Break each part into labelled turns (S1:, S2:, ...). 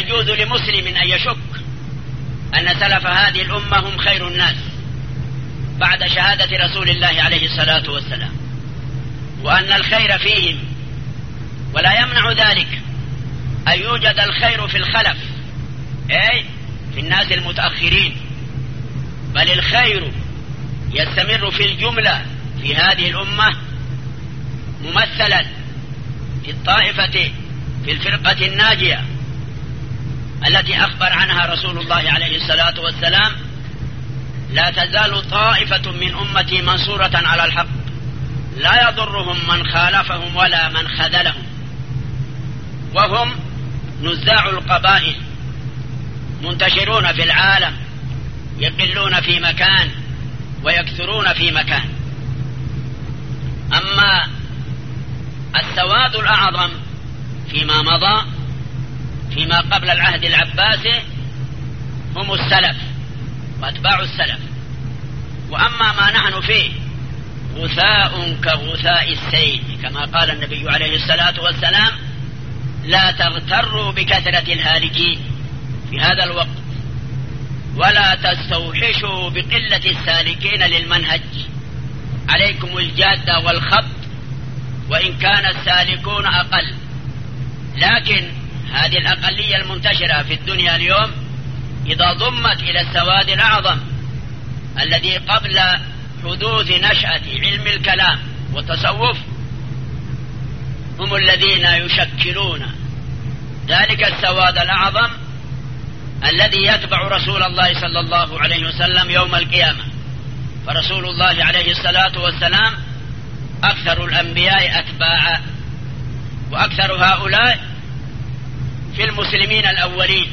S1: يجوز لمسلم أن يشك أن سلف هذه الأمة هم خير الناس بعد شهادة رسول الله عليه الصلاة والسلام، وأن الخير فيهم، ولا يمنع ذلك أن يوجد الخير في الخلف، أي في الناس المتأخرين، بل الخير يستمر في الجملة في هذه الأمة ممثلا في الطائفة، في الفرقة الناجية التي أخبر عنها رسول الله عليه الصلاة والسلام: لا تزال طائفة من أمتي منصورة على الحق لا يضرهم من خالفهم ولا من خذلهم. وهم نزاع القبائل منتشرون في العالم، يقلون في مكان ويكثرون في مكان. أما السواد الأعظم فيما مضى، فيما قبل العهد العباسي، هم السلف وأتباع السلف. وأما ما نحن فيه غثاء كغثاء السيل، كما قال النبي عليه الصلاة والسلام: لا تغتروا بكثرة الهالكين في هذا الوقت، ولا تستوحشوا بقلة السالكين للمنهج، عليكم الجادة والخط وإن كان السالكون أقل. لكن هذه الأقلية المنتشرة في الدنيا اليوم إذا ضمت إلى السواد الأعظم الذي قبل حدوث نشأة علم الكلام والتصوف، هم الذين يشكلون ذلك السواد الأعظم الذي يتبع رسول الله صلى الله عليه وسلم يوم القيامة. فرسول الله عليه الصلاة والسلام أكثر الأنبياء أتباعا، وأكثر هؤلاء في المسلمين الأولين.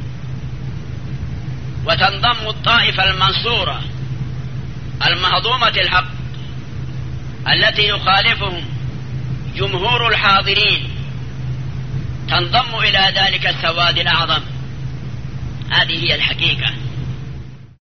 S1: وتنضم الطائفة المنصورة المهضومة الحق التي يخالفهم جمهور الحاضرين، تنضم إلى ذلك السواد الأعظم. هذه هي الحقيقة.